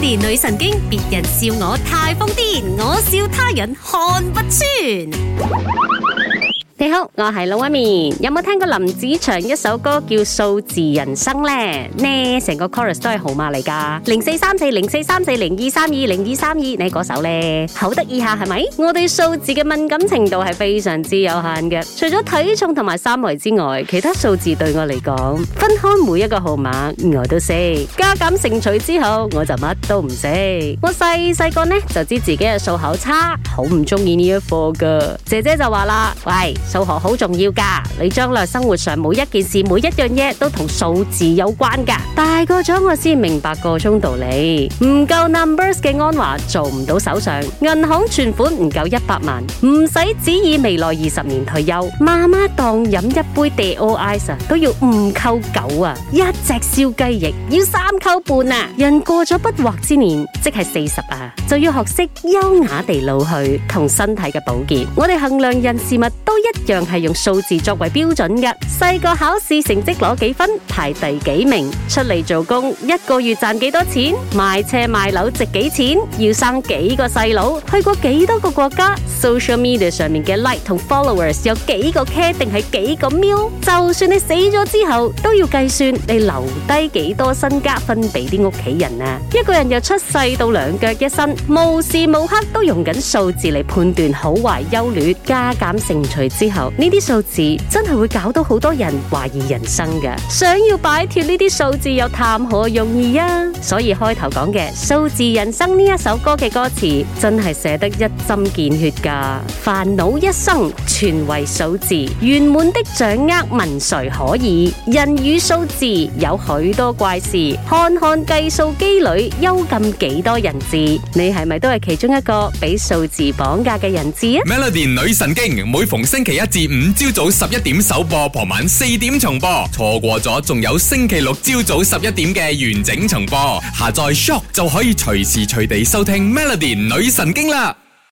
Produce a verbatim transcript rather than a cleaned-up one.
Melody 女神經，別人笑我太瘋癲，我笑他人看不穿。 你好，我係老一面。有冇聽過林子祥一首歌叫《數字人生》呢？呢成個 chorus 都係號碼嚟噶，零四三四零四三四零二三二零二三二，你嗰首呢？好得意下係咪？我哋數字嘅敏感程度係非常之有限嘅，除咗體重同埋三圍之外，其他數字對我嚟講，分開每一個號碼我都識，加減乘除之後我就乜都唔識。我細細個呢就知自己嘅數口差，好唔中意呢一科噶。姐姐就話啦，喂，數學好重要噶，你將來生活上每一件事、每一樣嘢都同數字有關噶。大個咗我先明白個中道理，唔夠 numbers 嘅安華做唔到首相，銀行存款唔夠一百萬，唔使指意未來二十年退休。媽媽當飲一杯 Teh O Ice 都要五扣九啊，一隻燒雞翼要三扣半啊。人過咗不惑之年，即係四十啊，就要學識優雅地老去同身體嘅保健。我哋衡量人事物都一樣係用數字作為標準嘅。細個考試成績攞幾分，排第幾名，出嚟做工一個月賺幾多錢，賣車賣樓值幾錢，要生幾個細佬，去過幾多個國家， social media 上面嘅 like 同 followers 有幾個 K 定係幾個 mil， 就算你死咗之後都要計算你留低幾多身家分俾啲屋企人啊。一個人由出世到兩腳一伸，無時無刻都用緊數字嚟判斷好壞優劣，加減乘除之後，呢啲數字真係會搞到好多人懷疑人生㗎。想要擺脫呢啲數字又談何容易啊！所以開頭講嘅數字人生呢一首歌嘅歌詞真係寫得一針見血㗎。煩惱一生全為數字，圓滿的掌握問誰可以？人與數字有許多怪事，看看計數機裏幽禁幾多人質。你係咪都係其中一個俾數字綁架嘅人質啊？ Melody 女神經每逢星期一至五朝早十一點首播，傍晚四點重播。錯過咗仲有星期六朝早十一點嘅完整重播。下載 Shock 就可以隨時隨地收聽 Melody 女神經啦。